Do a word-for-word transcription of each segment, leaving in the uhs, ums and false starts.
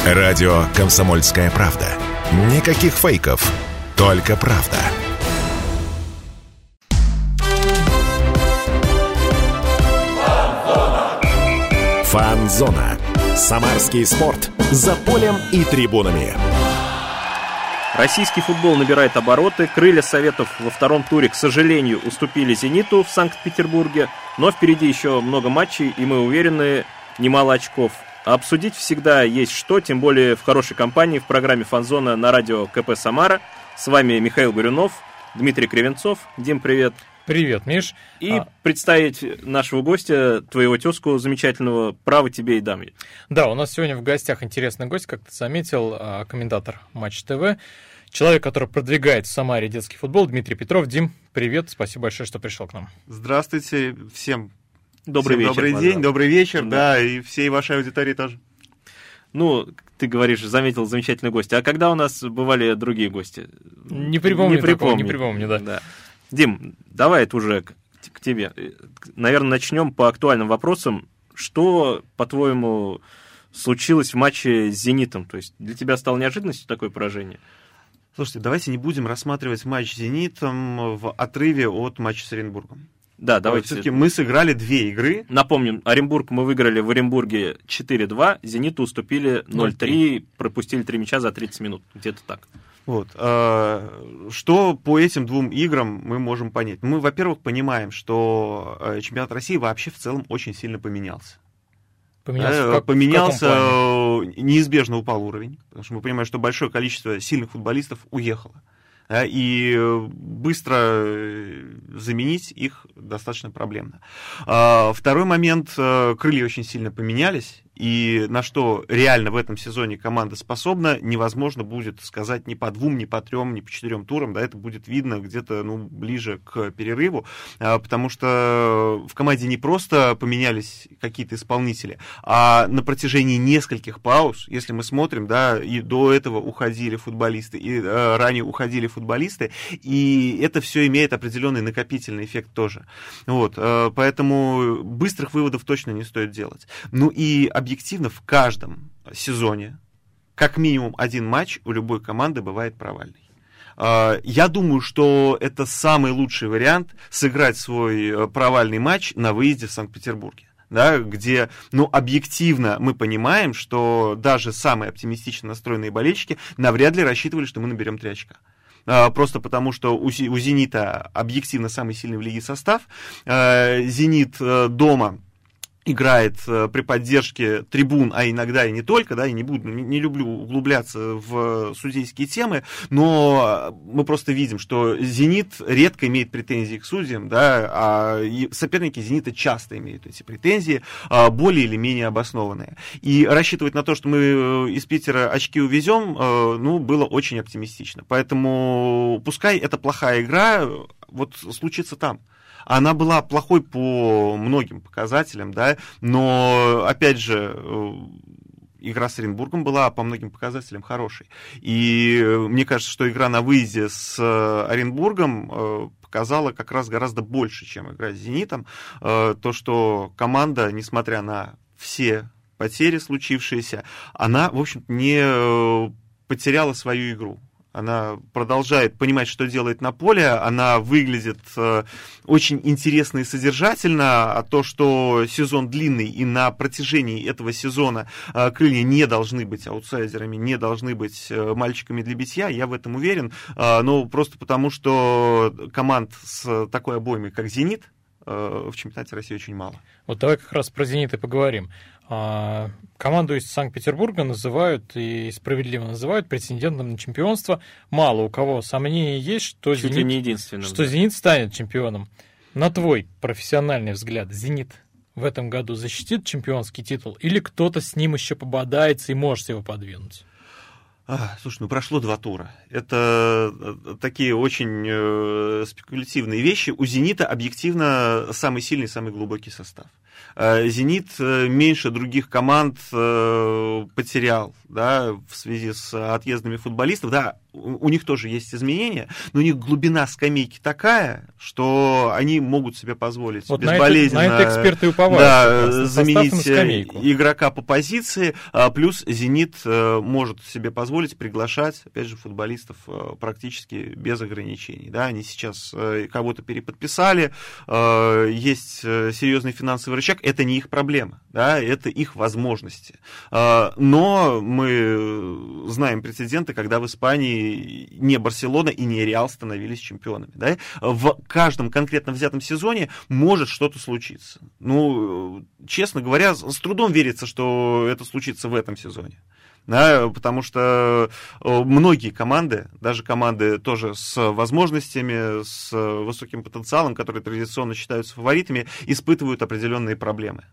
Радио «Комсомольская правда». Никаких фейков, только правда. Фан-зона. Самарский спорт. За полем и трибунами. Российский футбол набирает обороты. Крылья Советов во втором туре, к сожалению, уступили «Зениту» в Санкт-Петербурге. Но впереди еще много матчей, и мы уверены, немало очков. Обсудить всегда есть что, тем более в хорошей компании в программе «Фан-зона» на радио ка пэ «Самара». С вами Михаил Горюнов, Дмитрий Кривенцов. Дим, привет. Привет, Миш. И а... представить нашего гостя, твоего тезку замечательного, право тебе и дам. Да, у нас сегодня в гостях интересный гость, как ты заметил, комментатор Матч ТВ. Человек, который продвигает в Самаре детский футбол, Дмитрий Петров. Дим, привет, спасибо большое, что пришел к нам. Здравствуйте всем. Добрый всем вечер. Добрый пожалуйста. день, добрый вечер, да. да, и всей вашей аудитории тоже. Ну, ты говоришь, заметил замечательный гость. А когда у нас бывали другие гости? Не припомню, не припомню, не припомню, да. да. Дим, давай это уже к, к тебе. Наверное, начнем по актуальным вопросам. Что, по-твоему, случилось в матче с «Зенитом»? То есть для тебя стало неожиданностью такое поражение? Слушайте, давайте не будем рассматривать матч с «Зенитом» в отрыве от матча с Оренбургом. Да, давайте. Все-таки мы сыграли две игры. Напомним, Оренбург мы выиграли в Оренбурге четыре-два, «Зениту» уступили ноль-три, пропустили три мяча за тридцать минут. Где-то так. Вот. Что по этим двум играм мы можем понять? Мы, во-первых, понимаем, что чемпионат России вообще в целом очень сильно поменялся. Поменялся, как, поменялся неизбежно упал уровень, потому что мы понимаем, что большое количество сильных футболистов уехало. И быстро заменить их достаточно проблемно. Второй момент. Крылья очень сильно поменялись. И на что реально в этом сезоне команда способна, невозможно будет сказать ни по двум, ни по трем, ни по четырем турам. Да, это будет видно где-то ну, ближе к перерыву, потому что в команде не просто поменялись какие-то исполнители, а на протяжении нескольких пауз, если мы смотрим, да, и до этого уходили футболисты, и э, ранее уходили футболисты, и это все имеет определенный накопительный эффект тоже. Вот, э, поэтому быстрых выводов точно не стоит делать. Ну и объективно в каждом сезоне как минимум один матч у любой команды бывает провальный. Я думаю, что это самый лучший вариант сыграть свой провальный матч на выезде в Санкт-Петербурге. Да, где, ну, объективно мы понимаем, что даже самые оптимистично настроенные болельщики навряд ли рассчитывали, что мы наберем три очка. Просто потому, что у «Зенита» объективно самый сильный в лиге состав. «Зенит» дома играет при поддержке трибун, а иногда и не только, да, я не буду, не, не люблю углубляться в судейские темы, но мы просто видим, что «Зенит» редко имеет претензии к судьям, да, а соперники «Зенита» часто имеют эти претензии, более или менее обоснованные. И рассчитывать на то, что мы из Питера очки увезем, ну, было очень оптимистично. Поэтому пускай это плохая игра, вот случится там. Она была плохой по многим показателям, да, но, опять же, игра с Оренбургом была по многим показателям хорошей. И мне кажется, что игра на выезде с Оренбургом показала как раз гораздо больше, чем игра с «Зенитом». То, что команда, несмотря на все потери случившиеся, она, в общем-то, не потеряла свою игру. Она продолжает понимать, что делает на поле, она выглядит э, очень интересно и содержательно, а то, что сезон длинный, и на протяжении этого сезона э, крылья не должны быть аутсайдерами, не должны быть э, мальчиками для битья, я в этом уверен, э, но просто потому, что команд с такой обоймой, как «Зенит», э, в чемпионате России очень мало. Вот давай как раз про «Зенит» и поговорим. Команду из Санкт-Петербурга называют, и справедливо называют, претендентом на чемпионство. Мало у кого сомнений есть, что, Чуть «Зенит», не единственным, что да. «Зенит» станет чемпионом. На твой профессиональный взгляд, «Зенит» в этом году защитит чемпионский титул, или кто-то с ним еще пободается и может его подвинуть? А, слушай, ну прошло два тура. Это такие очень э, спекулятивные вещи. У «Зенита» объективно самый сильный, самый глубокий состав. «Зенит» меньше других команд потерял потерял, да, в связи с отъездами футболистов, да, у, у них тоже есть изменения, но у них глубина скамейки такая, что они могут себе позволить вот безболезненно на это, на это эксперты уповают, да, заменить игрока по позиции, плюс «Зенит» может себе позволить приглашать, опять же, футболистов практически без ограничений. Да, они сейчас кого-то переподписали, есть серьезный финансовый рычаг, это не их проблема, да, это их возможности. Но мы знаем прецеденты, когда в Испании не Барселона и не Реал становились чемпионами. Да? В каждом конкретно взятом сезоне может что-то случиться. Ну, честно говоря, с трудом верится, что это случится в этом сезоне. Да, потому что многие команды, даже команды тоже с возможностями, с высоким потенциалом, которые традиционно считаются фаворитами, испытывают определенные проблемы.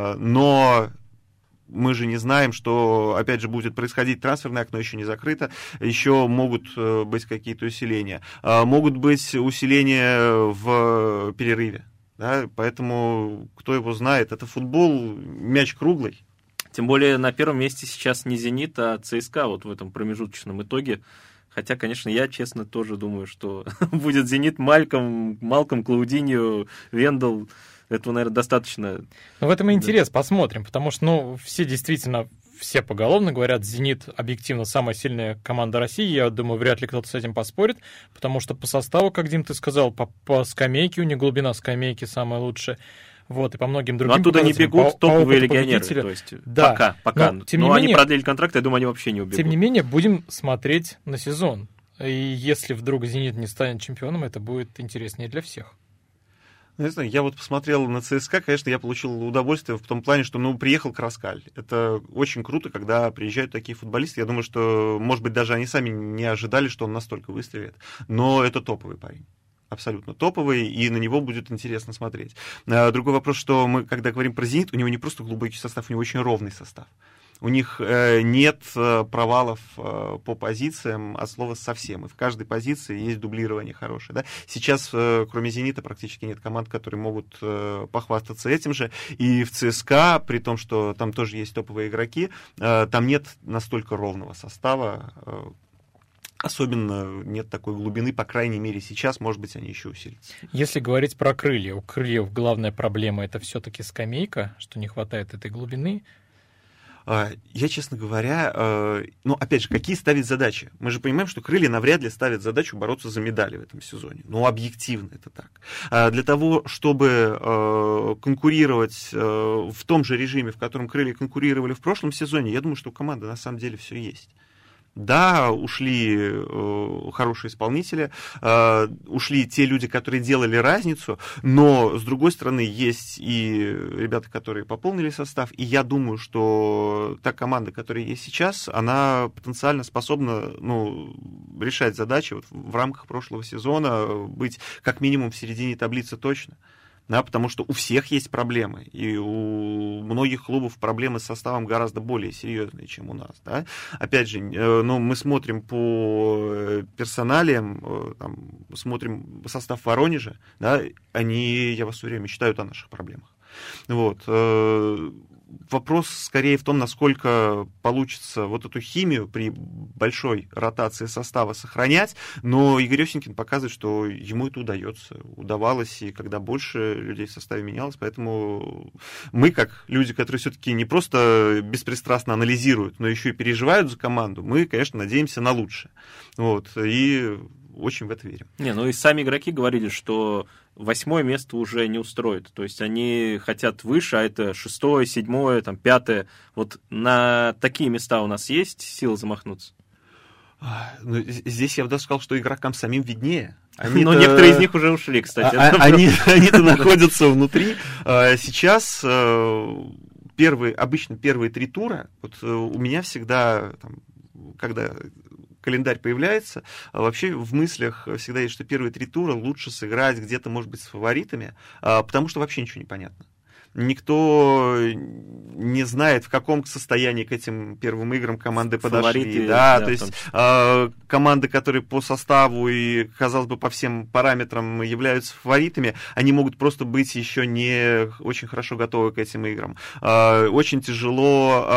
Но мы же не знаем, что, опять же, будет происходить. Трансферное окно еще не закрыто, еще могут быть какие-то усиления. Могут быть усиления в перерыве. Да? Поэтому, кто его знает, это футбол, мяч круглый. Тем более на первом месте сейчас не «Зенит», а ЦСКА вот в этом промежуточном итоге. Хотя, конечно, я, честно, тоже думаю, что будет «Зенит», Мальком, Малком, Клаудиньо, Вендел. Этого, наверное, достаточно. Ну, в этом и интерес, да. Посмотрим, потому что, ну, все действительно, все поголовно говорят, «Зенит» объективно самая сильная команда России. Я думаю, вряд ли кто-то с этим поспорит, потому что по составу, как, Дим, ты сказал, по, по скамейке, у них глубина скамейки самая лучшая. Вот, и по многим другим. Но оттуда не бегут по, топовые по легионеры. То есть да. Пока, пока. Но, тем Но не они менее, продлили контракт, я думаю, они вообще не убегут. Тем не менее, будем смотреть на сезон. И если вдруг «Зенит» не станет чемпионом, это будет интереснее для всех. Не знаю, я вот посмотрел на ЦСКА, конечно, я получил удовольствие в том плане, что, ну, приехал Краскаль. Это очень круто, когда приезжают такие футболисты. Я думаю, что, может быть, даже они сами не ожидали, что он настолько выстрелит. Но это топовый парень. Абсолютно топовый, и на него будет интересно смотреть. Другой вопрос, что мы, когда говорим про «Зенит», у него не просто глубокий состав, у него очень ровный состав. У них нет провалов по позициям от слова совсем. И в каждой позиции есть дублирование хорошее. Да? Сейчас, кроме «Зенита», практически нет команд, которые могут похвастаться этим же. И в ЦСКА, при том, что там тоже есть топовые игроки, там нет настолько ровного состава. Особенно нет такой глубины, по крайней мере, сейчас, может быть, они еще усилятся. Если говорить про крылья, у крыльев главная проблема — это все-таки скамейка, что не хватает этой глубины. Я, честно говоря, ну, опять же, какие ставить задачи? Мы же понимаем, что крылья навряд ли ставят задачу бороться за медали в этом сезоне. Ну, объективно это так. Для того, чтобы конкурировать в том же режиме, в котором крылья конкурировали в прошлом сезоне, я думаю, что у команды на самом деле все есть. Да, ушли э, хорошие исполнители, э, ушли те люди, которые делали разницу, но, с другой стороны, есть и ребята, которые пополнили состав, и я думаю, что та команда, которая есть сейчас, она потенциально способна, ну, решать задачи вот в рамках прошлого сезона, быть как минимум в середине таблицы точно. Да, потому что у всех есть проблемы, и у многих клубов проблемы с составом гораздо более серьезные, чем у нас. Да? Опять же, ну, мы смотрим по персоналиям, там, смотрим состав Воронежа, да, они, я вас уверяю, мечтают о наших проблемах. Вот. Вопрос скорее в том, насколько получится вот эту химию при большой ротации состава сохранять, но Игорь Осенькин показывает, что ему это удается, удавалось, и когда больше людей в составе менялось, поэтому мы, как люди, которые все-таки не просто беспристрастно анализируют, но еще и переживают за команду, мы, конечно, надеемся на лучшее. Вот, и очень в это верим. Не, ну и сами игроки говорили, что восьмое место уже не устроит. То есть они хотят выше, а это шестое, седьмое, там, пятое. Вот на такие места у нас есть силы замахнуться? Ну, здесь я бы даже сказал, что игрокам самим виднее. Они-то... Но некоторые из них уже ушли, кстати. А, они, они-то находятся внутри. Сейчас первые, обычно первые три тура, вот у меня всегда, там, когда календарь появляется, вообще в мыслях всегда есть, что первые три тура лучше сыграть где-то, может быть, с фаворитами, потому что вообще ничего не понятно. Никто не знает, в каком состоянии к этим первым играм команды подошли. Фавориты, да, да, то есть э, команды, которые по составу и, казалось бы, по всем параметрам являются фаворитами, они могут просто быть еще не очень хорошо готовы к этим играм. Э, очень тяжело э,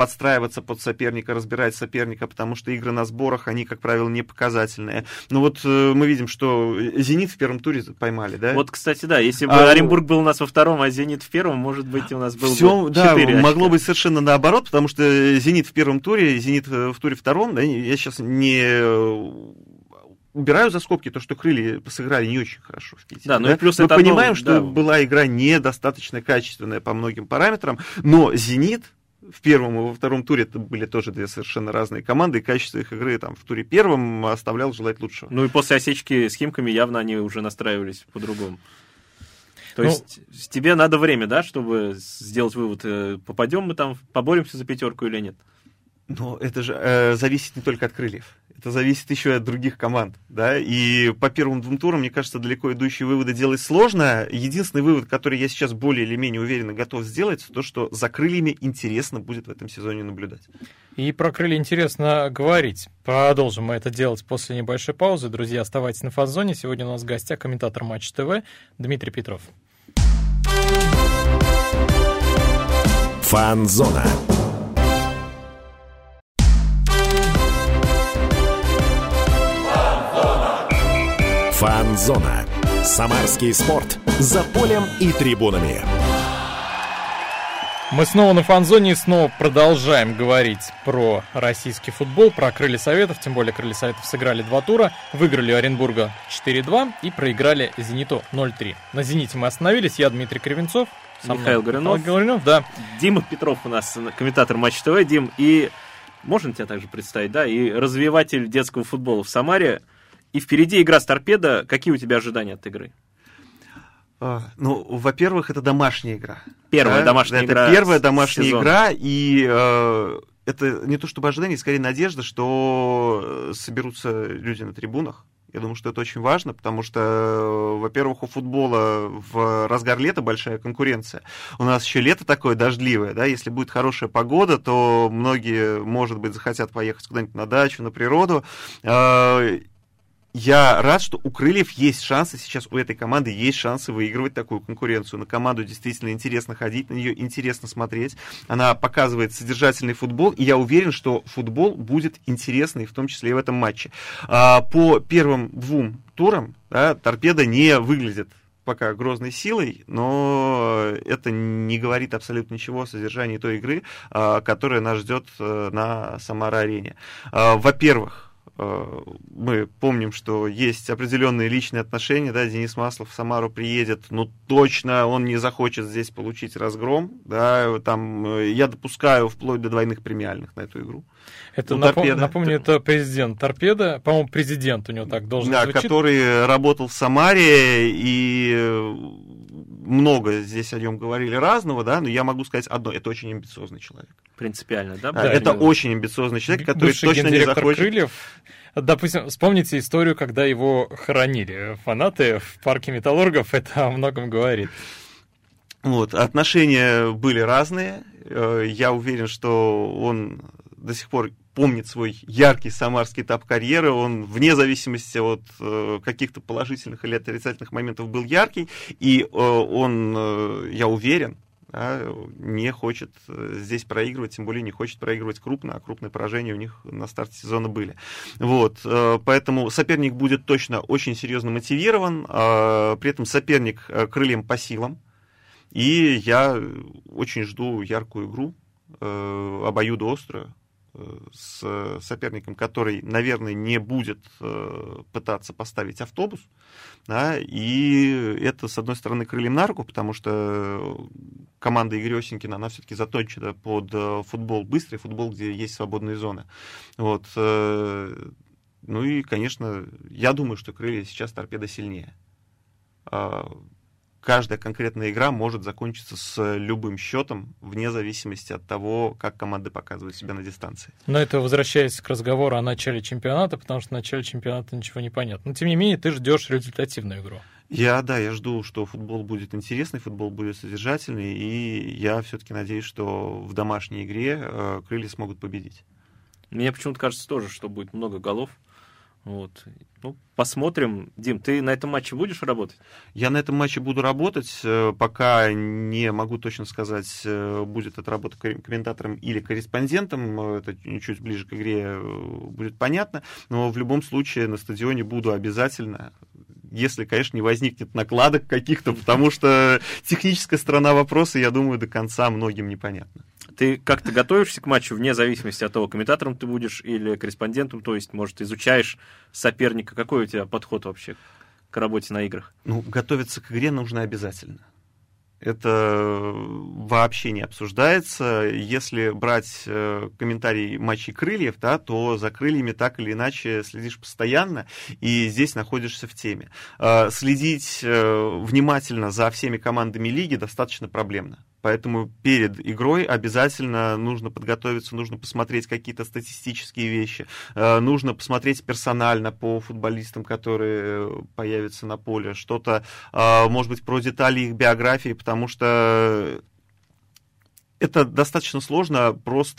подстраиваться под соперника, разбирать соперника, потому что игры на сборах, они, как правило, не показательные. Но вот мы видим, что «Зенит» в первом туре поймали, да? Вот, кстати, да, если бы а, Оренбург был у нас во втором, а «Зенит» в первом, может быть, у нас был все, бы да, четыре могло очка. быть совершенно наоборот, потому что «Зенит» в первом туре, «Зенит» в туре втором, да, я сейчас не... убираю за скобки то, что крылья сыграли не очень хорошо в Питере. Да, ну да? и плюс Мы это понимаем, одно, что да. была игра недостаточно качественная по многим параметрам, но «Зенит» в первом и во втором туре это были тоже две совершенно разные команды, и качество их игры там, в туре первом оставлял желать лучшего. Ну и после осечки с Химками явно они уже настраивались по-другому. То ну, есть тебе надо время, да, чтобы сделать вывод, попадем мы там, поборемся за пятерку или нет? Но это же э, зависит не только от крыльев. Это зависит еще и от других команд, да, и по первым двум турам, мне кажется, далеко идущие выводы делать сложно. Единственный вывод, который я сейчас более или менее уверенно готов сделать, то, что за крыльями интересно будет в этом сезоне наблюдать. И про крылья интересно говорить. Продолжим мы это делать после небольшой паузы. Друзья, оставайтесь на Фан-зоне. Сегодня у нас в гостях комментатор Матч ТВ Дмитрий Петров. Фан-зона. Фан-зона. Самарский спорт. За полем и трибунами. Мы снова на Фан-зоне и снова продолжаем говорить про российский футбол, про Крылья Советов. Тем более Крылья Советов сыграли два тура, выиграли у Оренбурга четыре-два и проиграли Зениту ноль-три. На Зените мы остановились. Я Дмитрий Кривенцов. Михаил Горюнов. Михаил Горюнов, да. Дима Петров у нас, комментатор Матч ТВ. Дим, и можно тебя также представить, да, и развиватель детского футбола в Самаре. И впереди игра с «Торпедо». Какие у тебя ожидания от игры? А, ну, во-первых, это домашняя игра. Первая да? домашняя это игра. Это первая домашняя сезона. игра, и э, это не то чтобы ожидание, скорее надежда, что соберутся люди на трибунах. Я думаю, что это очень важно, потому что, во-первых, у футбола в разгар лета большая конкуренция. У нас еще лето такое дождливое, да, если будет хорошая погода, то многие, может быть, захотят поехать куда-нибудь на дачу, на природу. Я рад, что у крыльев есть шансы, сейчас у этой команды есть шансы выигрывать такую конкуренцию. На команду действительно интересно ходить, на нее интересно смотреть. Она показывает содержательный футбол, и я уверен, что футбол будет интересный, в том числе и в этом матче. По первым двум турам, да, «Торпедо» не выглядит пока грозной силой, но это не говорит абсолютно ничего о содержании той игры, которая нас ждет на Самара-арене. Во-первых, мы помним, что есть определенные личные отношения, да, Денис Маслов в Самару приедет, но точно он не захочет здесь получить разгром, да, там, я допускаю вплоть до двойных премиальных на эту игру. Это, ну, напом... Торпедо. напомню, это президент «Торпедо», по-моему, президент у него так должен да, звучит. который работал в Самаре, и много здесь о нем говорили разного, да, но я могу сказать одно, это очень амбициозный человек. Принципиально, да? да это очень амбициозный человек, который бывший точно не захочет... Крыльев. Допустим, вспомните историю, когда его хоронили. Фанаты в парке Металлургов, это о многом говорит. Вот, отношения были разные. Я уверен, что он до сих пор помнит свой яркий самарский этап карьеры. Он, вне зависимости от каких-то положительных или отрицательных моментов, был яркий. И он, я уверен, да, не хочет здесь проигрывать, тем более не хочет проигрывать крупно, а крупные поражения у них на старте сезона были. Вот, поэтому соперник будет точно очень серьезно мотивирован, при этом соперник крыльям по силам, и я очень жду яркую игру, обоюдоострую, с соперником, который, наверное, не будет пытаться поставить автобус, да, и это, с одной стороны, крыльям на руку, потому что команда Игоря Осенькина, она все-таки заточена под футбол быстрый, футбол, где есть свободные зоны. Вот. Ну и, конечно, я думаю, что крылья сейчас «Торпедо» сильнее. Каждая конкретная игра может закончиться с любым счетом, вне зависимости от того, как команды показывают себя на дистанции. Но это возвращаясь к разговору о начале чемпионата, потому что в начале чемпионата ничего не понятно. Но, тем не менее, ты ждешь результативную игру. Я, да, я жду, что футбол будет интересный, футбол будет содержательный, и я все-таки надеюсь, что в домашней игре э, крылья смогут победить. Мне почему-то кажется тоже, что будет много голов. Вот. Ну, посмотрим. Дим, ты на этом матче будешь работать? Я на этом матче буду работать. Пока не могу точно сказать, будет это работа комментатором или корреспондентом. Это чуть ближе к игре будет понятно. Но в любом случае на стадионе буду обязательно, если, конечно, не возникнет накладок каких-то, потому что техническая сторона вопроса, я думаю, до конца многим непонятна. Ты как-то готовишься к матчу вне зависимости от того, комментатором ты будешь или корреспондентом, то есть, может, изучаешь соперника? Какой у тебя подход вообще к работе на играх? Ну, готовиться к игре нужно обязательно. Это вообще не обсуждается. Если брать комментарий матчей крыльев, да, то за крыльями так или иначе следишь постоянно, и здесь находишься в теме. Следить внимательно за всеми командами лиги достаточно проблемно. Поэтому перед игрой обязательно нужно подготовиться, нужно посмотреть какие-то статистические вещи, нужно посмотреть персонально по футболистам, которые появятся на поле, что-то, может быть, про детали их биографии, потому что это достаточно сложно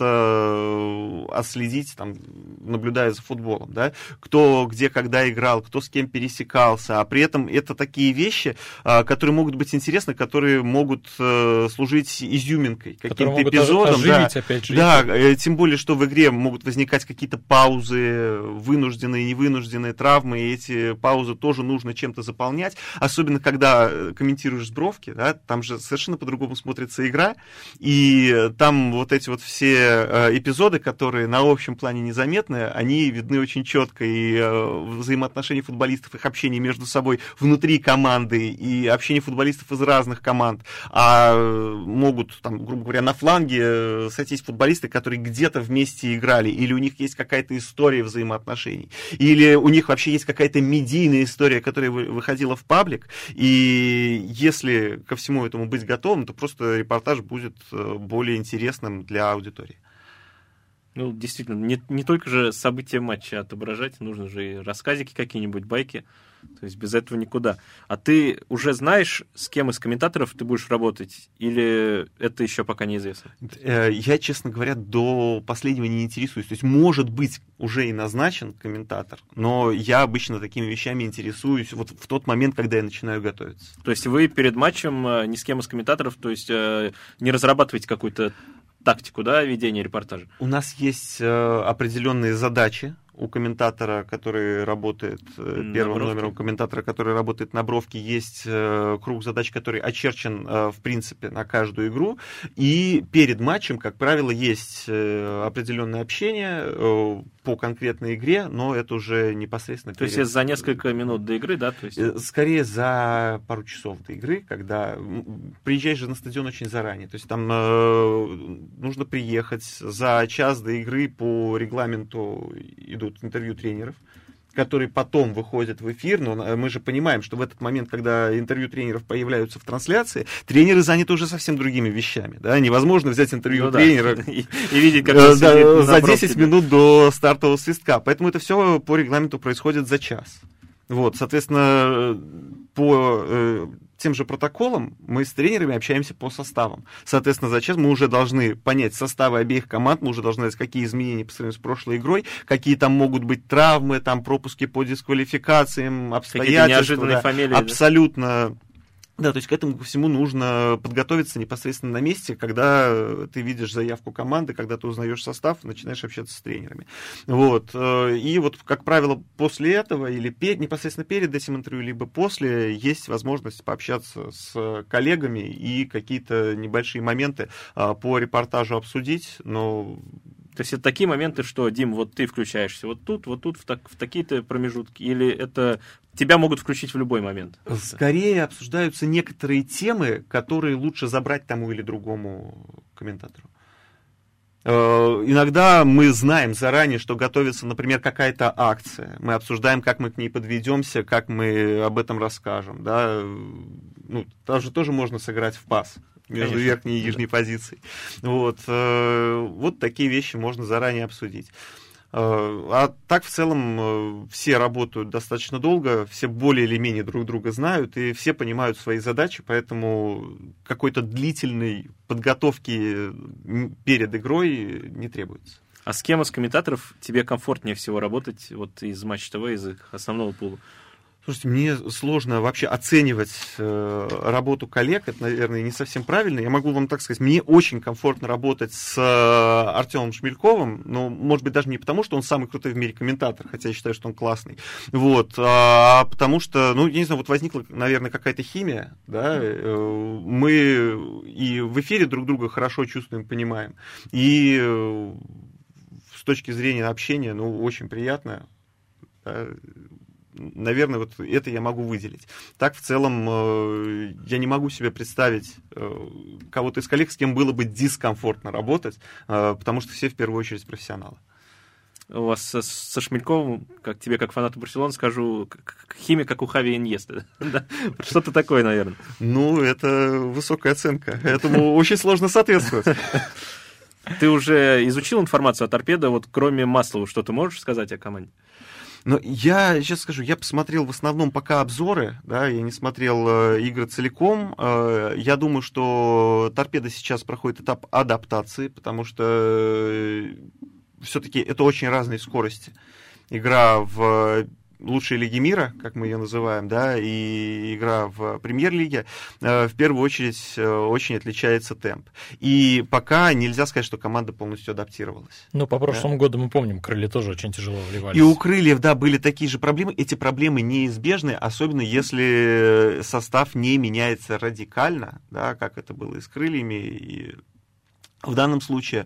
просто отследить, там, наблюдая за футболом, да, кто где когда играл, кто с кем пересекался, а при этом это такие вещи, которые могут быть интересны, которые могут служить изюминкой, каким-то эпизодом. Оживить, да, опять же. Да, тем более, что в игре могут возникать какие-то паузы, вынужденные, невынужденные травмы, и эти паузы тоже нужно чем-то заполнять, особенно когда комментируешь с бровки, да, там же совершенно по-другому смотрится игра, и И там вот эти вот все эпизоды, которые на общем плане незаметны, они видны очень четко. И взаимоотношения футболистов, их общение между собой внутри команды, и общение футболистов из разных команд. А могут, там, грубо говоря, на фланге сойтись футболисты, которые где-то вместе играли, или у них есть какая-то история взаимоотношений, или у них вообще есть какая-то медийная история, которая выходила в паблик. И если ко всему этому быть готовым, то просто репортаж будет более интересным для аудитории. Ну, действительно, не, не только же события матча отображать, нужно же и рассказики какие-нибудь, байки. То есть без этого никуда. А ты уже знаешь, с кем из комментаторов ты будешь работать? Или это еще пока неизвестно? Я, честно говоря, до последнего не интересуюсь. То есть, может быть, уже и назначен комментатор, но я обычно такими вещами интересуюсь вот в тот момент, когда я начинаю готовиться. То есть вы перед матчем ни с кем из комментаторов, то есть не разрабатываете какую-то тактику, да, ведения репортажа? У нас есть определенные задачи у комментатора, который работает, на первым бровке. Номером комментатора, который работает на бровке, есть э, круг задач, который очерчен, э, в принципе, на каждую игру. И перед матчем, как правило, есть э, определенное общение э, по конкретной игре, но это уже непосредственно... То перед... есть за несколько минут до игры, да? То есть... Скорее за пару часов до игры, когда приезжаешь же на стадион очень заранее. То есть там э, нужно приехать за час до игры, по регламенту идут интервью тренеров, которые потом выходят в эфир, но мы же понимаем, что в этот момент, когда интервью тренеров появляются в трансляции, тренеры заняты уже совсем другими вещами. Да? Невозможно взять интервью ну, тренера да. и, и видеть, как он да, за десять минут до стартового свистка. Поэтому это все по регламенту происходит за час. Вот, соответственно, по э, тем же протоколам мы с тренерами общаемся по составам. Соответственно, за час мы уже должны понять составы обеих команд, мы уже должны знать, какие изменения по сравнению с прошлой игрой, какие там могут быть травмы, там пропуски по дисквалификациям, обстоятельства. Какие-то неожиданные да, фамилии. Абсолютно. Да? Да, то есть к этому ко всему нужно подготовиться непосредственно на месте, когда ты видишь заявку команды, когда ты узнаешь состав, начинаешь общаться с тренерами. Вот. И вот, как правило, после этого или перед, непосредственно перед этим интервью, либо после, есть возможность пообщаться с коллегами и какие-то небольшие моменты по репортажу обсудить, но... То есть это такие моменты, что, Дим, вот ты включаешься вот тут, вот тут, в, так, в такие-то промежутки, или это тебя могут включить в любой момент? Скорее обсуждаются некоторые темы, которые лучше забрать тому или другому комментатору. Иногда мы знаем заранее, что готовится, например, какая-то акция. Мы обсуждаем, как мы к ней подведемся, как мы об этом расскажем. Да? Ну, даже тоже можно сыграть в пас между Конечно. Верхней и нижней да. позицией. Вот. Вот такие вещи можно заранее обсудить. А так, в целом, все работают достаточно долго, все более или менее друг друга знают, и все понимают свои задачи, поэтому какой-то длительной подготовки перед игрой не требуется. А с кем из комментаторов тебе комфортнее всего работать вот из Матч ТВ, из их основного пула? Слушайте, мне сложно вообще оценивать э, работу коллег, это, наверное, не совсем правильно. Я могу вам так сказать, мне очень комфортно работать с э, Артемом Шмельковым, но, может быть, даже не потому, что он самый крутой в мире комментатор, хотя я считаю, что он классный, вот, а потому что, ну, я не знаю, вот возникла, наверное, какая-то химия, да, э, мы и в эфире друг друга хорошо чувствуем, понимаем, и э, с точки зрения общения, ну, очень приятно, да. Наверное, вот это я могу выделить. Так, в целом, э, я не могу себе представить э, кого-то из коллег, с кем было бы дискомфортно работать, э, потому что все в первую очередь профессионалы. У вас со, со Шмельковым, как тебе, как фанату Барселоны, скажу, химия, как у Хави Иньесты. Что-то такое, наверное. Ну, это высокая оценка. Этому очень сложно соответствовать. Ты уже изучил информацию о Торпедо, вот кроме Маслова, что ты можешь сказать о команде? Но я сейчас скажу, я посмотрел в основном пока обзоры, да, я не смотрел э, игры целиком. Э, я думаю, что Торпедо сейчас проходит этап адаптации, потому что э, все-таки это очень разные скорости. Игра в лучшей лиге мира, как мы ее называем, да, и игра в премьер-лиге, э, в первую очередь э, очень отличается темп. И пока нельзя сказать, что команда полностью адаптировалась. Ну, по прошлому да. году мы помним, крылья тоже очень тяжело вливались. И у крыльев, да, были такие же проблемы. Эти проблемы неизбежны, особенно если состав не меняется радикально, да, как это было и с крыльями, и в данном случае.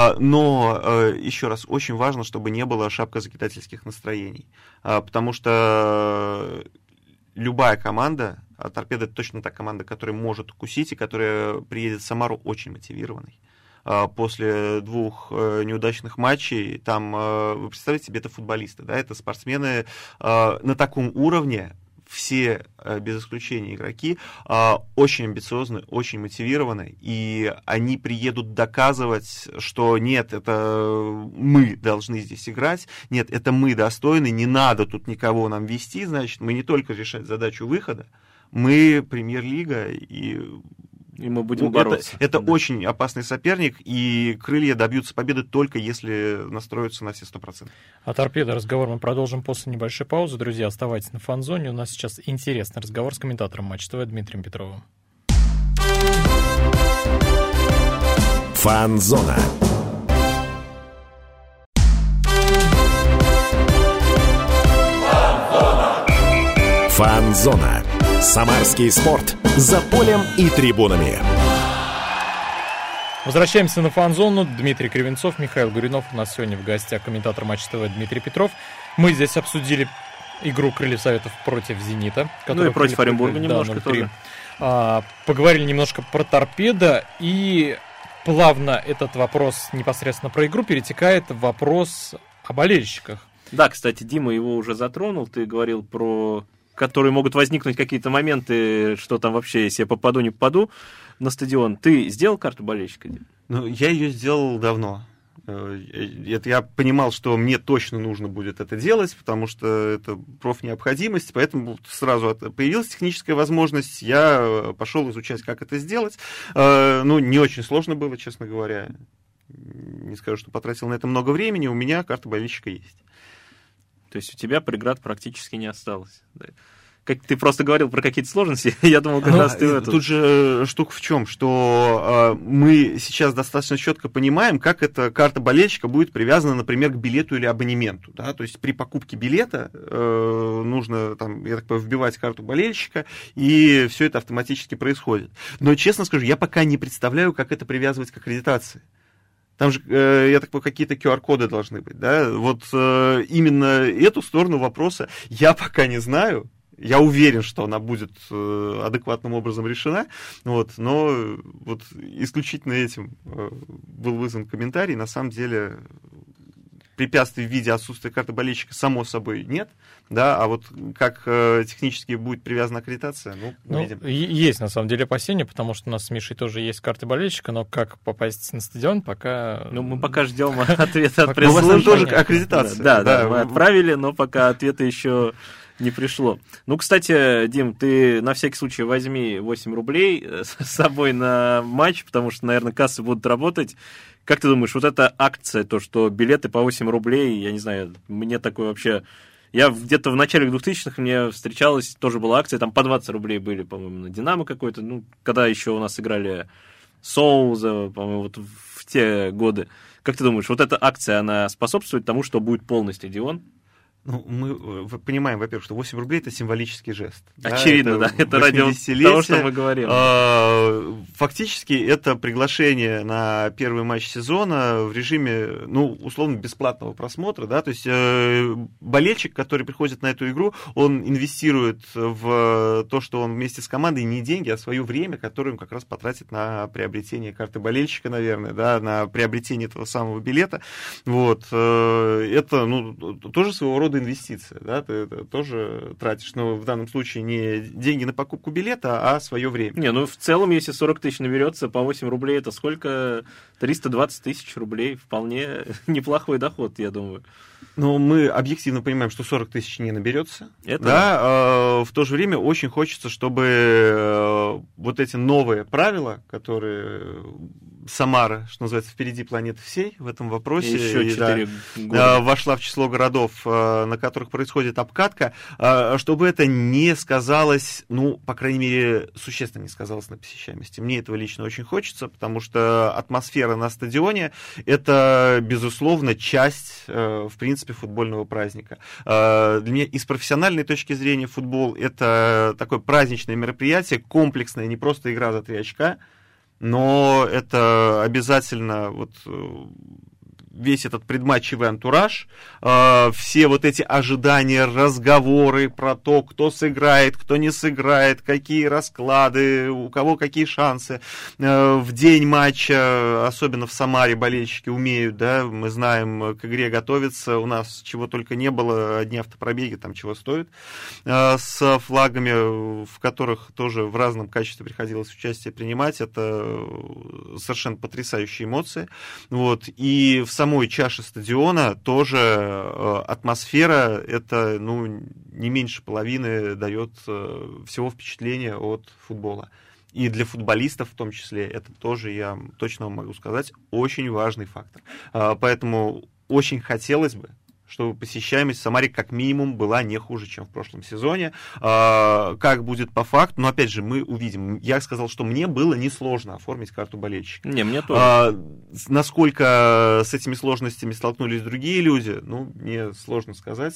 Но, еще раз, очень важно, чтобы не было шапкозакидательских настроений. Потому что любая команда, а Торпедо — это точно та команда, которая может укусить и которая приедет в Самару очень мотивированной. После двух неудачных матчей, там, вы представляете себе, это футболисты, да, это спортсмены на таком уровне, все, без исключения игроки, очень амбициозны, очень мотивированы, и они приедут доказывать, что нет, это мы должны здесь играть, нет, это мы достойны, не надо тут никого нам вести, значит, мы не только решать задачу выхода, мы премьер-лига, и... И мы будем это, бороться. Это да. очень опасный соперник, и крылья добьются победы только если настроятся на все сто процентов. О Торпедо разговор мы продолжим после небольшой паузы. Друзья, оставайтесь на Фан-зоне. У нас сейчас интересный разговор с комментатором Матч ТВ Дмитрием Петровым. Фан-зона. Фан-зона. Самарский спорт. За полем и трибунами. Возвращаемся на Фан-зону. Дмитрий Кривенцов, Михаил Гуринов. У нас сегодня в гостях комментатор Матч ТВ Дмитрий Петров. Мы здесь обсудили игру Крыльев Советов против Зенита. Ну и против Оренбурга немножко да, тоже. А, поговорили немножко про Торпедо. И плавно этот вопрос непосредственно про игру перетекает в вопрос о болельщиках. Да, кстати, Дима его уже затронул. Ты говорил про... которые могут возникнуть какие-то моменты, что там вообще, если я попаду, не попаду на стадион. Ты сделал карту болельщика? Ну, я ее сделал давно. Это я понимал, что мне точно нужно будет это делать, потому что это профнеобходимость, поэтому сразу появилась техническая возможность, я пошел изучать, как это сделать. Ну, не очень сложно было, честно говоря. Не скажу, что потратил на это много времени, у меня карта болельщика есть. То есть у тебя преград практически не осталось. Как ты просто говорил про какие-то сложности, я думал, как ну, раз ты в этом. Тут же штука в чем, что э, мы сейчас достаточно четко понимаем, как эта карта болельщика будет привязана, например, к билету или абонементу. Да? То есть при покупке билета э, нужно, там, я так понимаю, вбивать карту болельщика, и все это автоматически происходит. Но, честно скажу, я пока не представляю, как это привязывать к аккредитации. Там же, э, я так понимаю, какие-то ку ар-коды должны быть, да? Вот э, именно эту сторону вопроса я пока не знаю. Я уверен, что она будет э, адекватным образом решена, вот, но вот исключительно этим э, был вызван комментарий. На самом деле препятствий в виде отсутствия карты болельщика, само собой, нет, да, а вот как э, технически будет привязана аккредитация, ну, ну увидим. Есть, на самом деле, опасения, потому что у нас с Мишей тоже есть карты болельщика, но как попасть на стадион, пока... Ну, мы пока ждем ответа от пресс-службы. У вас тоже аккредитация. Да, да, мы отправили, но пока ответа еще Не пришло. Ну, кстати, Дим, ты на всякий случай возьми восемь рублей с собой на матч, потому что, наверное, кассы будут работать. Как ты думаешь, вот эта акция, то, что билеты по восемь рублей, я не знаю, мне такое вообще... Я где-то в начале двухтысячных мне встречалась, тоже была акция, там по двадцать рублей были, по-моему, на «Динамо» какой-то, ну, когда еще у нас играли Соуза, по-моему, вот в те годы. Как ты думаешь, вот эта акция, она способствует тому, что будет полный стадион? Ну, мы понимаем, во-первых, что восемь рублей — это символический жест. Очевидно, да, это, да, это ради того, что мы говорим. Фактически это приглашение на первый матч сезона в режиме, ну, условно, бесплатного просмотра, да, то есть болельщик, который приходит на эту игру, он инвестирует в то, что он вместе с командой не деньги, а свое время, которое он как раз потратит на приобретение карты болельщика, наверное, да, на приобретение этого самого билета. Вот. Это, ну, тоже своего рода инвестиция, да, ты это тоже тратишь, но в данном случае не деньги на покупку билета, а свое время. Не, ну в целом, если сорок тысяч наберется по восемь рублей, это сколько? триста двадцать тысяч рублей, вполне неплохой доход, я думаю. Но мы объективно понимаем, что сорок тысяч не наберется. Это... Да, э, в то же время очень хочется, чтобы э, вот эти новые правила, которые Самара, что называется, впереди планеты всей в этом вопросе, еще четыре да, года. вошла в число городов, э, на которых происходит обкатка, э, чтобы это не сказалось, ну, по крайней мере, существенно не сказалось на посещаемости. Мне этого лично очень хочется, потому что атмосфера на стадионе — это, безусловно, часть, э, в принципе, футбольного праздника. Для меня и с профессиональной точки зрения футбол — это такое праздничное мероприятие, комплексное, не просто игра за три очка, но это обязательно вот весь этот предматчевый антураж, э, все вот эти ожидания, разговоры про то, кто сыграет, кто не сыграет, какие расклады, у кого какие шансы. Э, в день матча, особенно в Самаре, болельщики умеют, да, мы знаем, к игре готовиться, у нас чего только не было, одни автопробеги там чего стоят, э, с флагами, в которых тоже в разном качестве приходилось участие принимать, это совершенно потрясающие эмоции. Вот. И в самом самой чаше стадиона тоже э, атмосфера, это, ну, не меньше половины дает э, всего впечатления от футбола. И для футболистов в том числе это тоже, я точно вам могу сказать, очень важный фактор. Э, поэтому очень хотелось бы, чтобы посещаемость в Самаре как минимум была не хуже, чем в прошлом сезоне. А, как будет по факту, но опять же мы увидим. Я сказал, что мне было несложно оформить карту болельщика. Не, мне тоже. А, насколько с этими сложностями столкнулись другие люди, ну, мне сложно сказать.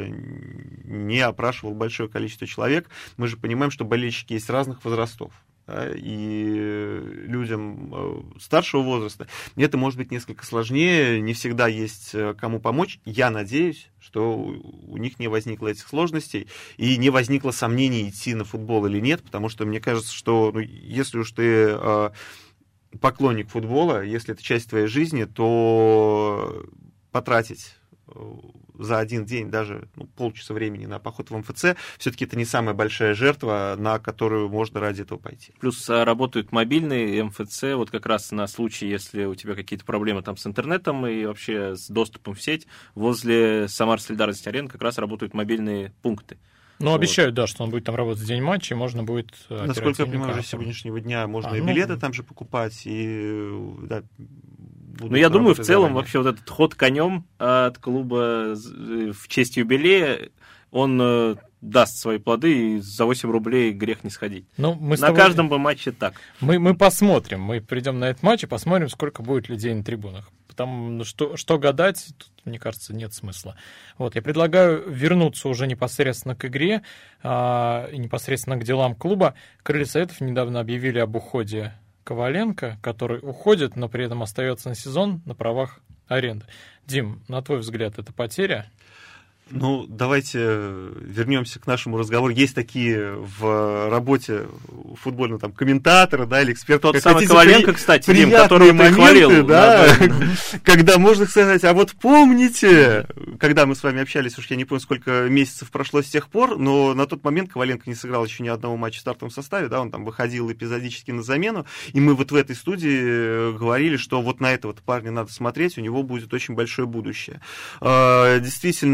Не опрашивал большое количество человек. Мы же понимаем, что болельщики есть разных возрастов. Да, и людям старшего возраста это может быть несколько сложнее, не всегда есть кому помочь. Я надеюсь, что у них не возникло этих сложностей и не возникло сомнений, идти на футбол или нет, потому что мне кажется, что, ну, если уж ты э, поклонник футбола, если это часть твоей жизни, то потратить за один день даже, ну, полчаса времени на поход в эм эф цэ, все-таки это не самая большая жертва, на которую можно ради этого пойти. Плюс работают мобильные эм эф цэ, вот как раз на случай, если у тебя какие-то проблемы там с интернетом и вообще с доступом в сеть, возле Самар Солидарность Арен как раз работают мобильные пункты. Ну, вот. Обещают, да, что он будет там работать в день матча, и можно будет... Насколько я понимаю, уже с сегодняшнего дня можно а, и билеты ну... там же покупать, и... Да, ну, я думаю, в целом заранее. Вообще вот этот ход конем от клуба в честь юбилея, он даст свои плоды, и за восемь рублей грех не сходить. Ну, мы на тобой... каждом бы матче так. Мы, мы посмотрим, мы придем на этот матч и посмотрим, сколько будет людей на трибунах. Потому ну, что, что гадать, тут, мне кажется, нет смысла. Вот, я предлагаю вернуться уже непосредственно к игре а, и непосредственно к делам клуба. Крылья Советов недавно объявили об уходе Коваленко, который уходит, но при этом остается на сезон на правах аренды. Дим, на твой взгляд, это потеря? Ну, давайте вернемся к нашему разговору. Есть такие в работе футбольного там комментатора, да, или эксперта. Тот самый Коваленко, при... кстати, Дим, которого ты хвалил. Да, да, да. Когда можно сказать, а вот помните, когда мы с вами общались, уж я не помню, сколько месяцев прошло с тех пор, но на тот момент Коваленко не сыграл еще ни одного матча в стартовом составе, да, он там выходил эпизодически на замену, и мы вот в этой студии говорили, что вот на этого парня надо смотреть, у него будет очень большое будущее. Действительно, он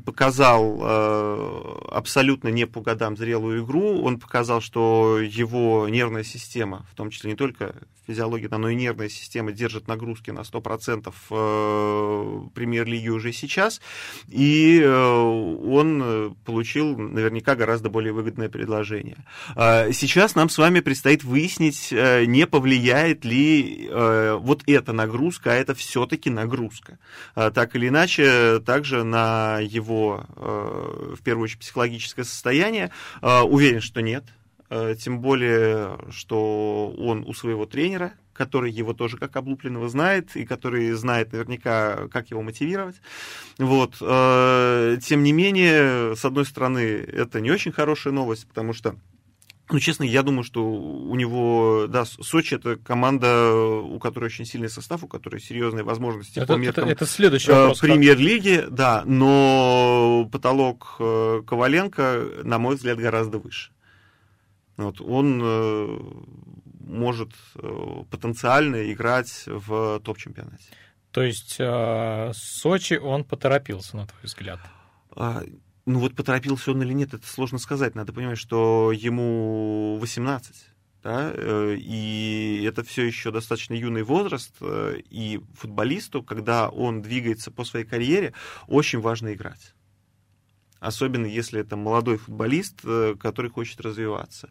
показал абсолютно не по годам зрелую игру, он показал, что его нервная система, в том числе не только физиология, но и нервная система держит нагрузки на сто процентов премьер-лиги уже сейчас, и он получил наверняка гораздо более выгодное предложение. Сейчас нам с вами предстоит выяснить, не повлияет ли вот эта нагрузка, а это все-таки нагрузка, так или иначе, также на его, в первую очередь, психологическое состояние. Уверен, что нет. Тем более, что он у своего тренера, который его тоже как облупленного знает, и который знает наверняка, как его мотивировать. Вот. Тем не менее, с одной стороны, это не очень хорошая новость, потому что, ну, честно, я думаю, что у него, да, Сочи — это команда, у которой очень сильный состав, у которой серьезные возможности это, по меркам это, это следующий вопрос, премьер-лиги, как... да, но потолок Коваленко, на мой взгляд, гораздо выше. Вот, он э, может э, потенциально играть в топ-чемпионате. То есть э, Сочи он поторопился, на твой взгляд? А, ну вот поторопился он или нет, это сложно сказать. Надо понимать, что ему восемнадцать. Да, и это все еще достаточно юный возраст, и футболисту, когда он двигается по своей карьере, очень важно играть. Особенно если это молодой футболист, который хочет развиваться.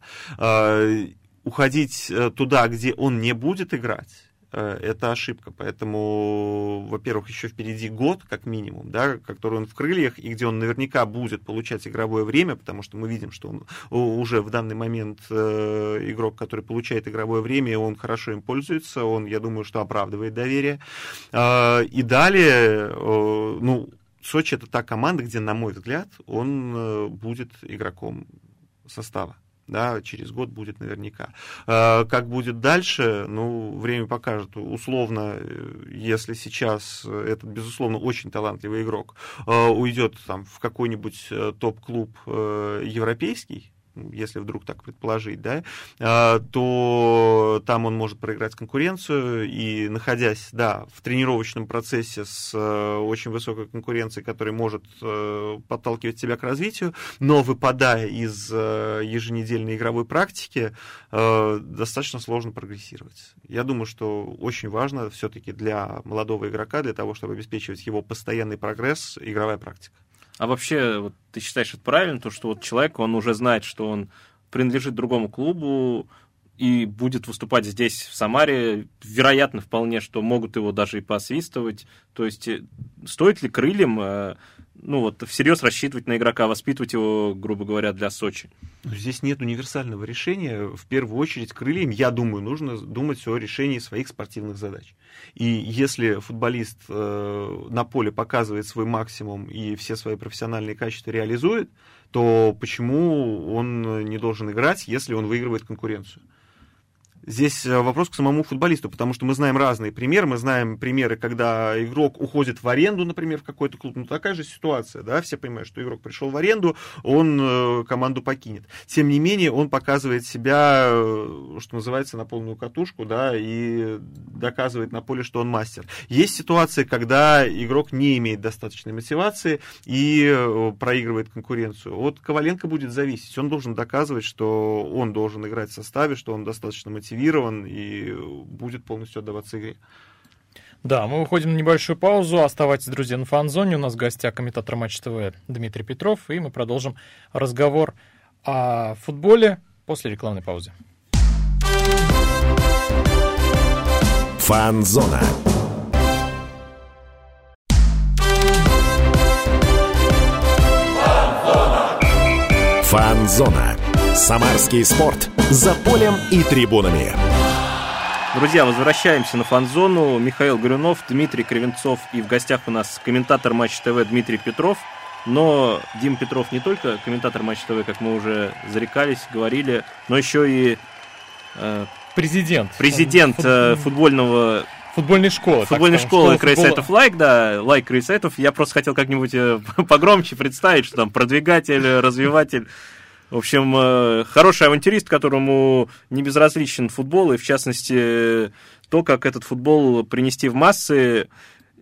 Уходить туда, где он не будет играть, это ошибка. Поэтому, во-первых, еще впереди год, как минимум, да, который он в крыльях, и где он наверняка будет получать игровое время, потому что мы видим, что он уже в данный момент игрок, который получает игровое время, он хорошо им пользуется, он, я думаю, что оправдывает доверие. И далее, ну, Сочи — это та команда, где, на мой взгляд, он будет игроком состава. Да, через год будет наверняка. Как будет дальше, ну, время покажет. Условно, если сейчас этот, безусловно, очень талантливый игрок уйдет там в какой-нибудь топ-клуб европейский, если вдруг так предположить, да, то там он может проиграть конкуренцию, и находясь, да, в тренировочном процессе с очень высокой конкуренцией, которая может подталкивать тебя к развитию, но выпадая из еженедельной игровой практики, достаточно сложно прогрессировать. Я думаю, что очень важно все-таки для молодого игрока, для того, чтобы обеспечивать его постоянный прогресс, игровая практика. А вообще, вот, ты считаешь это правильно, то, что вот человек, он уже знает, что он принадлежит другому клубу и будет выступать здесь, в Самаре, вероятно, вполне, что могут его даже и поосвистывать. То есть стоит ли крыльям, ну вот, всерьез рассчитывать на игрока, воспитывать его, грубо говоря, для Сочи? Здесь нет универсального решения. В первую очередь крыльям, я думаю, нужно думать о решении своих спортивных задач. И если футболист э, на поле показывает свой максимум и все свои профессиональные качества реализует, то почему он не должен играть, если он выигрывает конкуренцию? Здесь вопрос к самому футболисту, потому что мы знаем разные примеры. Мы знаем примеры, когда игрок уходит в аренду, например, в какой-то клуб. Ну, такая же ситуация, да, все понимают, что игрок пришел в аренду, он э, команду покинет. Тем не менее, он показывает себя, э, что называется, на полную катушку, да, и доказывает на поле, что он мастер. Есть ситуации, когда игрок не имеет достаточной мотивации и э, проигрывает конкуренцию. От Коваленко будет зависеть. Он должен доказывать, что он должен играть в составе, что он достаточно мотивирован и будет полностью отдаваться игре. Да, мы выходим на небольшую паузу. Оставайтесь, друзья, на Фан-зоне. У нас в гостях комментатор Матч ТВ Дмитрий Петров, и мы продолжим разговор о футболе после рекламной паузы. Фан-зона. Фан-зона. Самарский спорт. За полем и трибунами. Друзья, возвращаемся на Фан-зону. Михаил Горюнов, Дмитрий Кривенцов, и в гостях у нас комментатор Матч ТВ Дмитрий Петров. Но Дим Петров не только комментатор Матч ТВ, как мы уже зарекались, говорили, но еще и э, президент, президент э, футбольного... Футбольной школы. Футбольной так, школы школа Крейсайтов Лайк, да, Лайк Крейсайтов. Я просто хотел как-нибудь погромче представить, что там продвигатель, развиватель. В общем, хороший авантюрист, которому не безразличен футбол, и в частности то, как этот футбол принести в массы.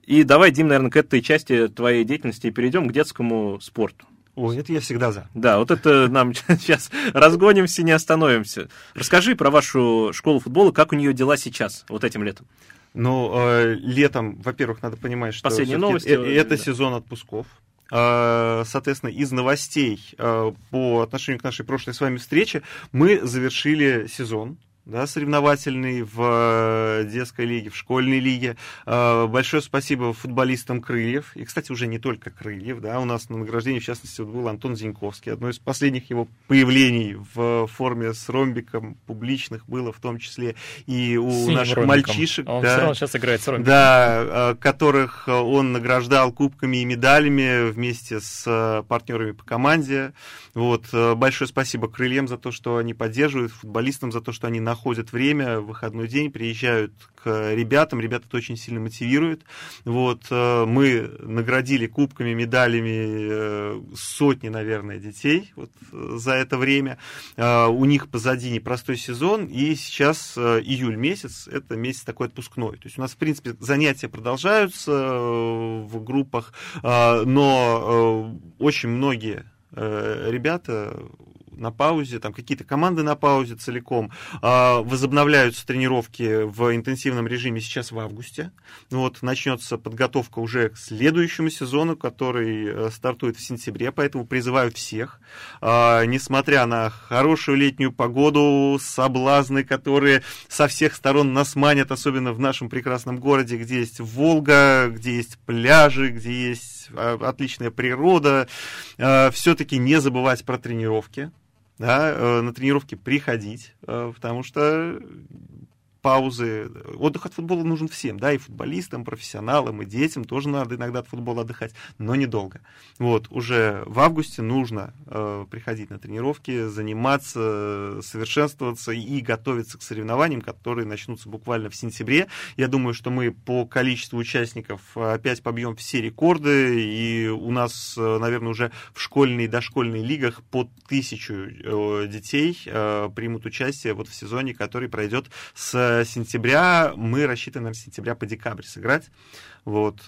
И давай, Дим, наверное, к этой части твоей деятельности перейдем, к детскому спорту. Ой, это я всегда за. Да, вот это нам сейчас разгонимся, не остановимся. Расскажи про вашу школу футбола, как у нее дела сейчас, вот этим летом. Ну, э, летом, во-первых, надо понимать, что последние новости, э- это да. сезон отпусков. Э, соответственно, из новостей э, по отношению к нашей прошлой с вами встрече мы завершили сезон. Да, соревновательный в детской лиге, в школьной лиге. Большое спасибо футболистам «Крыльев». И, кстати, уже не только «Крыльев». Да, у нас на награждении, в частности, вот был Антон Зиньковский. Одно из последних его появлений в форме с ромбиком публичных было в том числе и у Синим наших ромбиком. мальчишек. Он да, все равно сейчас играет с ромбиком. Да, которых он награждал кубками и медалями вместе с партнерами по команде. Вот. Большое спасибо «Крыльям» за то, что они поддерживают, футболистам за то, что они находят находят время в выходной день, приезжают к ребятам, ребята это очень сильно мотивирует. Вот, мы наградили кубками, медалями сотни, наверное, детей вот за это время. У них позади непростой сезон, и сейчас июль месяц, это месяц такой отпускной. То есть у нас, в принципе, занятия продолжаются в группах, но очень многие ребята на паузе, там какие-то команды на паузе целиком. Возобновляются тренировки в интенсивном режиме сейчас в августе. Вот, начнется подготовка уже к следующему сезону, который стартует в сентябре, поэтому призываю всех, несмотря на хорошую летнюю погоду, соблазны, которые со всех сторон нас манят, особенно в нашем прекрасном городе, где есть Волга, где есть пляжи, где есть отличная природа, все-таки не забывать про тренировки. Да, на тренировки приходить, потому что паузы, отдых от футбола нужен всем, да, и футболистам, профессионалам, и детям тоже надо иногда от футбола отдыхать, но недолго. Вот, уже в августе нужно э, приходить на тренировки, заниматься, совершенствоваться и готовиться к соревнованиям, которые начнутся буквально в сентябре. Я думаю, что мы по количеству участников опять побьем все рекорды, и у нас, наверное, уже в школьной и дошкольной лигах по тысячу э, детей э, примут участие вот в сезоне, который пройдет с сентября, мы рассчитываем, наверное, с сентября по декабрь сыграть. Вот,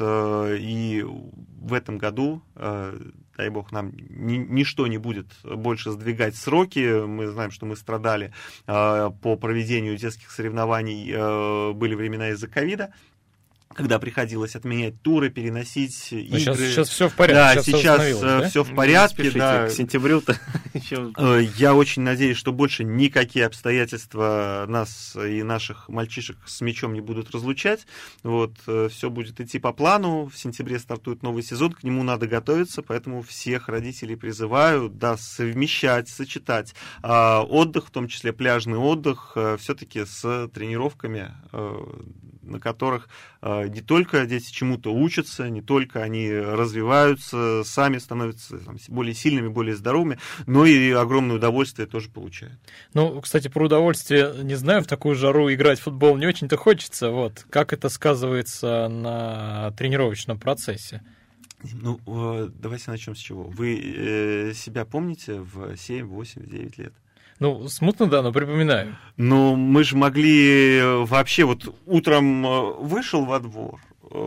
и в этом году, дай бог, нам ни, ничто не будет больше сдвигать сроки. Мы знаем, что мы страдали по проведению детских соревнований, были времена из-за ковида, когда приходилось отменять туры, переносить Но игры. Сейчас, сейчас все в порядке. Да, сейчас, сейчас да? все в порядке. Да. К сентябрю-то еще... Я очень надеюсь, что больше никакие обстоятельства нас и наших мальчишек с мячом не будут разлучать. Вот, все будет идти по плану. В сентябре стартует новый сезон, к нему надо готовиться, поэтому всех родителей призываю, да, совмещать, сочетать а, отдых, в том числе пляжный отдых, а, все-таки с тренировками, а, на которых а, не только дети чему-то учатся, не только они развиваются, сами становятся там, более сильными, более здоровыми, но и огромное удовольствие тоже получают. Ну, кстати, про удовольствие, не знаю, в такую жару играть в футбол не очень-то хочется. Вот. Как это сказывается на тренировочном процессе? Ну, давайте начнем с чего. Вы себя помните в семь, восемь, девять лет? Ну, смутно, да, но припоминаю. Ну, мы же могли вообще, вот утром вышел во двор,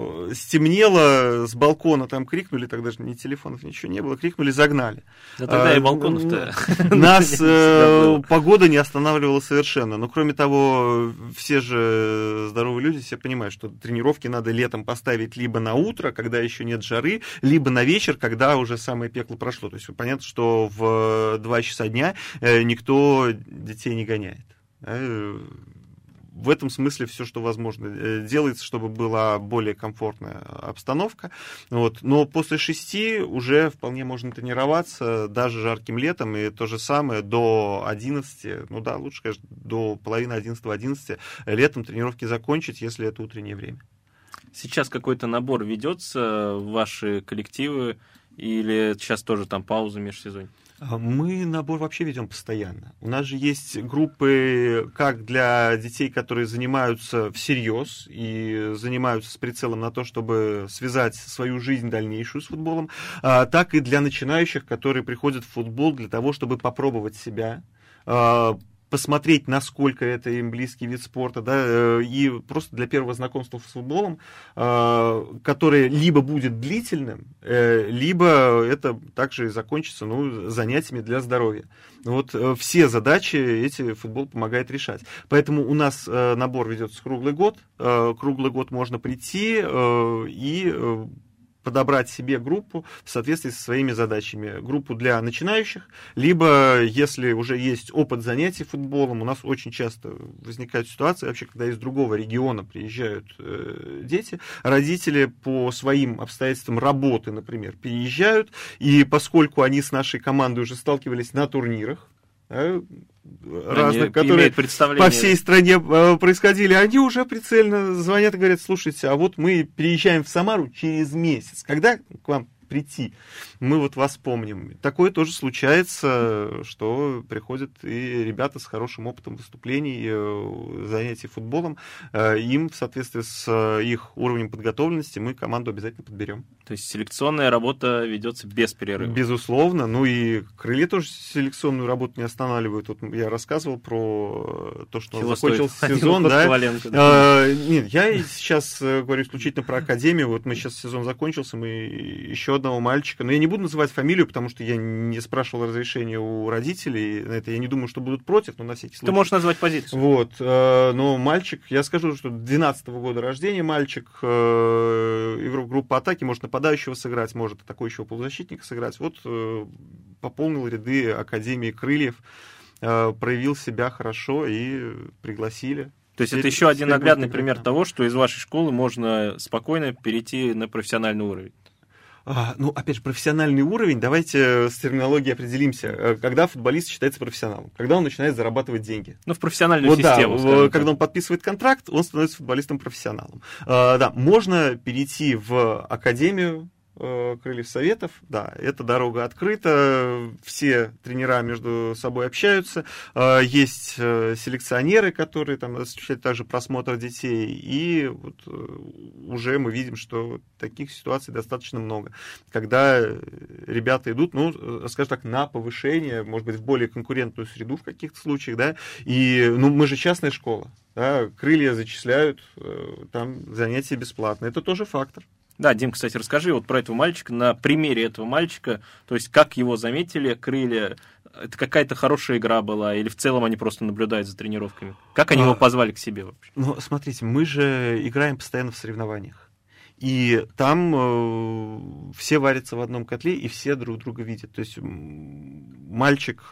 стемнело, с балкона там крикнули, тогда же ни телефонов, ничего не было, крикнули, загнали. Да тогда и балконов-то... Нас погода не останавливала совершенно. Но, кроме того, все же здоровые люди, все понимают, что тренировки надо летом поставить либо на утро, когда еще нет жары, либо на вечер, когда уже самое пекло прошло. То есть понятно, что в два часа дня никто детей не гоняет. В этом смысле все, что возможно, делается, чтобы была более комфортная обстановка. Вот. Но после шести уже вполне можно тренироваться, даже жарким летом, и то же самое до одиннадцати, ну да, лучше, конечно, до половины одиннадцатого-одиннадцати летом тренировки закончить, если это утреннее время. Сейчас какой-то набор ведется в ваши коллективы, или сейчас тоже там пауза межсезонье? Мы набор вообще ведем постоянно. У нас же есть группы как для детей, которые занимаются всерьез и занимаются с прицелом на то, чтобы связать свою жизнь дальнейшую с футболом, так и для начинающих, которые приходят в футбол для того, чтобы попробовать себя, посмотреть, насколько это им близкий вид спорта, да, и просто для первого знакомства с футболом, которое либо будет длительным, либо это также закончится, ну, занятиями для здоровья. Вот все задачи эти футбол помогает решать. Поэтому у нас набор ведется круглый год. Круглый год можно прийти и подобрать себе группу в соответствии со своими задачами. Группу для начинающих, либо, если уже есть опыт занятий футболом, у нас очень часто возникает ситуация, вообще, когда из другого региона приезжают э, дети, родители по своим обстоятельствам работы, например, переезжают, и поскольку они с нашей командой уже сталкивались на турнирах, разных, они которые по всей стране происходили, они уже прицельно звонят и говорят: слушайте, а вот мы переезжаем в Самару через месяц, когда к вам прийти, мы вот вас помним. Такое тоже случается, что приходят и ребята с хорошим опытом выступлений, занятий футболом. Им, в соответствии с их уровнем подготовленности, мы команду обязательно подберем. То есть селекционная работа ведется без перерыва? Безусловно. Ну и крылья тоже селекционную работу не останавливают. Вот я рассказывал про то, что Чего закончился стоит сезон. Да? Коваленко, да? А, нет, я сейчас говорю исключительно про академию. Вот мы сейчас сезон закончился, мы еще одного мальчика, но я не буду называть фамилию, потому что я не спрашивал разрешения у родителей на это. Я не думаю, что будут против, но на всякий случай. Ты можешь назвать позицию. Вот. Но мальчик, я скажу, что двенадцатого года рождения мальчик, игрок группы атаки, может нападающего сыграть, может атакующего полузащитника сыграть. Вот пополнил ряды Академии крыльев, проявил себя хорошо и пригласили. То есть это еще один наглядный пример того, что из вашей школы можно спокойно перейти на профессиональный уровень. А, ну, опять же, профессиональный уровень, давайте с терминологией определимся. Когда футболист считается профессионалом? Когда он начинает зарабатывать деньги. Ну, в профессиональную вот, систему. Да, когда он подписывает контракт, он становится футболистом-профессионалом. А, да, можно перейти в академию Крыльев Советов, да, эта дорога открыта, все тренера между собой общаются, есть селекционеры, которые там осуществляют также просмотр детей, и вот уже мы видим, что таких ситуаций достаточно много, когда ребята идут, ну, скажем так, на повышение, может быть, в более конкурентную среду в каких-то случаях, да, и, ну, мы же частная школа, да, крылья зачисляют, там занятия бесплатно, это тоже фактор. Да, Дим, кстати, расскажи вот про этого мальчика, на примере этого мальчика, то есть как его заметили крылья, это какая-то хорошая игра была, или в целом они просто наблюдают за тренировками? Как они а, его позвали к себе вообще? Ну, смотрите, мы же играем постоянно в соревнованиях. И там э, все варятся в одном котле, и все друг друга видят. То есть мальчик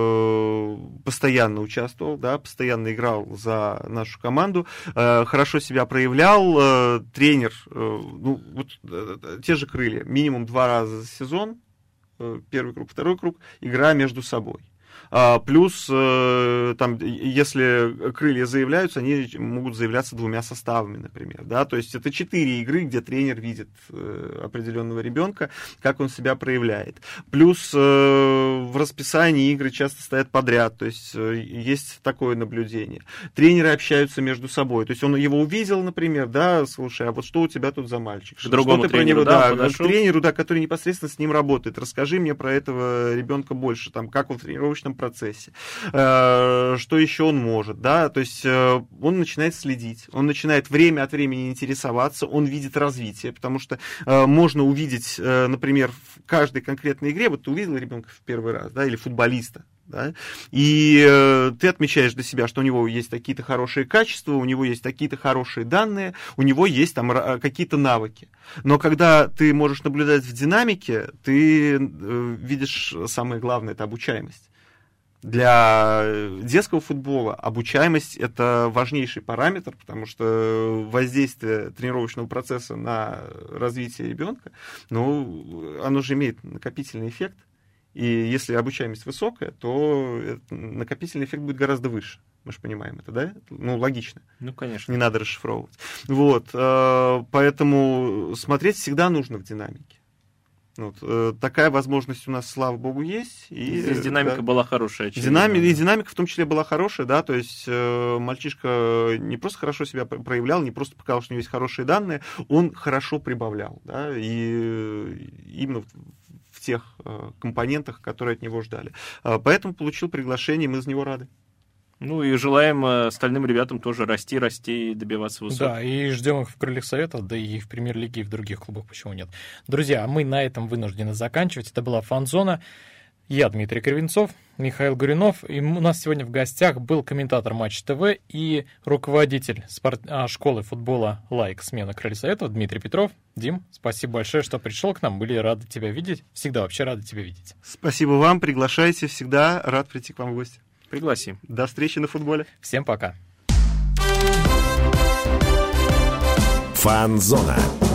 э, постоянно участвовал, да, постоянно играл за нашу команду, э, хорошо себя проявлял. Э, тренер, э, ну, вот э, те же крылья, минимум два раза за сезон, э, первый круг, второй круг, игра между собой. А, плюс, э, там, если крылья заявляются, они могут заявляться двумя составами, например. Да? То есть это четыре игры, где тренер видит э, определенного ребенка, как он себя проявляет. Плюс э, в расписании игры часто стоят подряд, то есть э, есть такое наблюдение. Тренеры общаются между собой. То есть он его увидел, например, да, слушай, а вот что у тебя тут за мальчик? К другому что ты тренеру, про него, да, да, к тренеру, да, который непосредственно с ним работает. Расскажи мне про этого ребенка больше, там, как он в тренировочном процессе, что еще он может, да, то есть он начинает следить, он начинает время от времени интересоваться, он видит развитие, потому что можно увидеть, например, в каждой конкретной игре, вот ты увидел ребенка в первый раз, да, или футболиста, да, и э, ты отмечаешь для себя, что у него есть такие-то хорошие качества, у него есть такие-то хорошие данные, у него есть там р- какие-то навыки. Но когда ты можешь наблюдать в динамике, ты э, видишь самое главное, это обучаемость. Для детского футобола обучаемость – это важнейший параметр, потому что воздействие тренировочного процесса на развитие ребенка, ну, оно же имеет накопительный эффект. И если обучаемость высокая, то накопительный эффект будет гораздо выше. Мы же понимаем это, да? Ну, логично. Ну, конечно. Не надо расшифровывать. Вот, поэтому смотреть всегда нужно в динамике. Вот, такая возможность у нас, слава богу, есть. И, здесь динамика да, была хорошая. Динами, и динамика в том числе была хорошая, да, то есть э, мальчишка не просто хорошо себя проявлял, не просто показал, что у него есть хорошие данные, он хорошо прибавлял, да, и именно в, в тех э, компонентах, которые от него ждали. Поэтому получил приглашение, мы за него рады. Ну и желаем остальным ребятам тоже расти, расти и добиваться высот. Да, и ждем их в «Крыльях Советов», да и в Премьер-лиге, и в других клубах, почему нет. Друзья, мы на этом вынуждены заканчивать. Это была «Фан-зона». Я Дмитрий Кривенцов, Михаил Гуринов, и у нас сегодня в гостях был комментатор Матч ТВ и руководитель спорт... школы футбола «Лайк» смена «Крылья Советов» Дмитрий Петров. Дим, спасибо большое, что пришел к нам, были рады тебя видеть, всегда вообще рады тебя видеть. Спасибо вам, приглашайте, всегда рад прийти к вам в гости. Пригласим. До встречи на футболе. Всем пока. Фан-зона.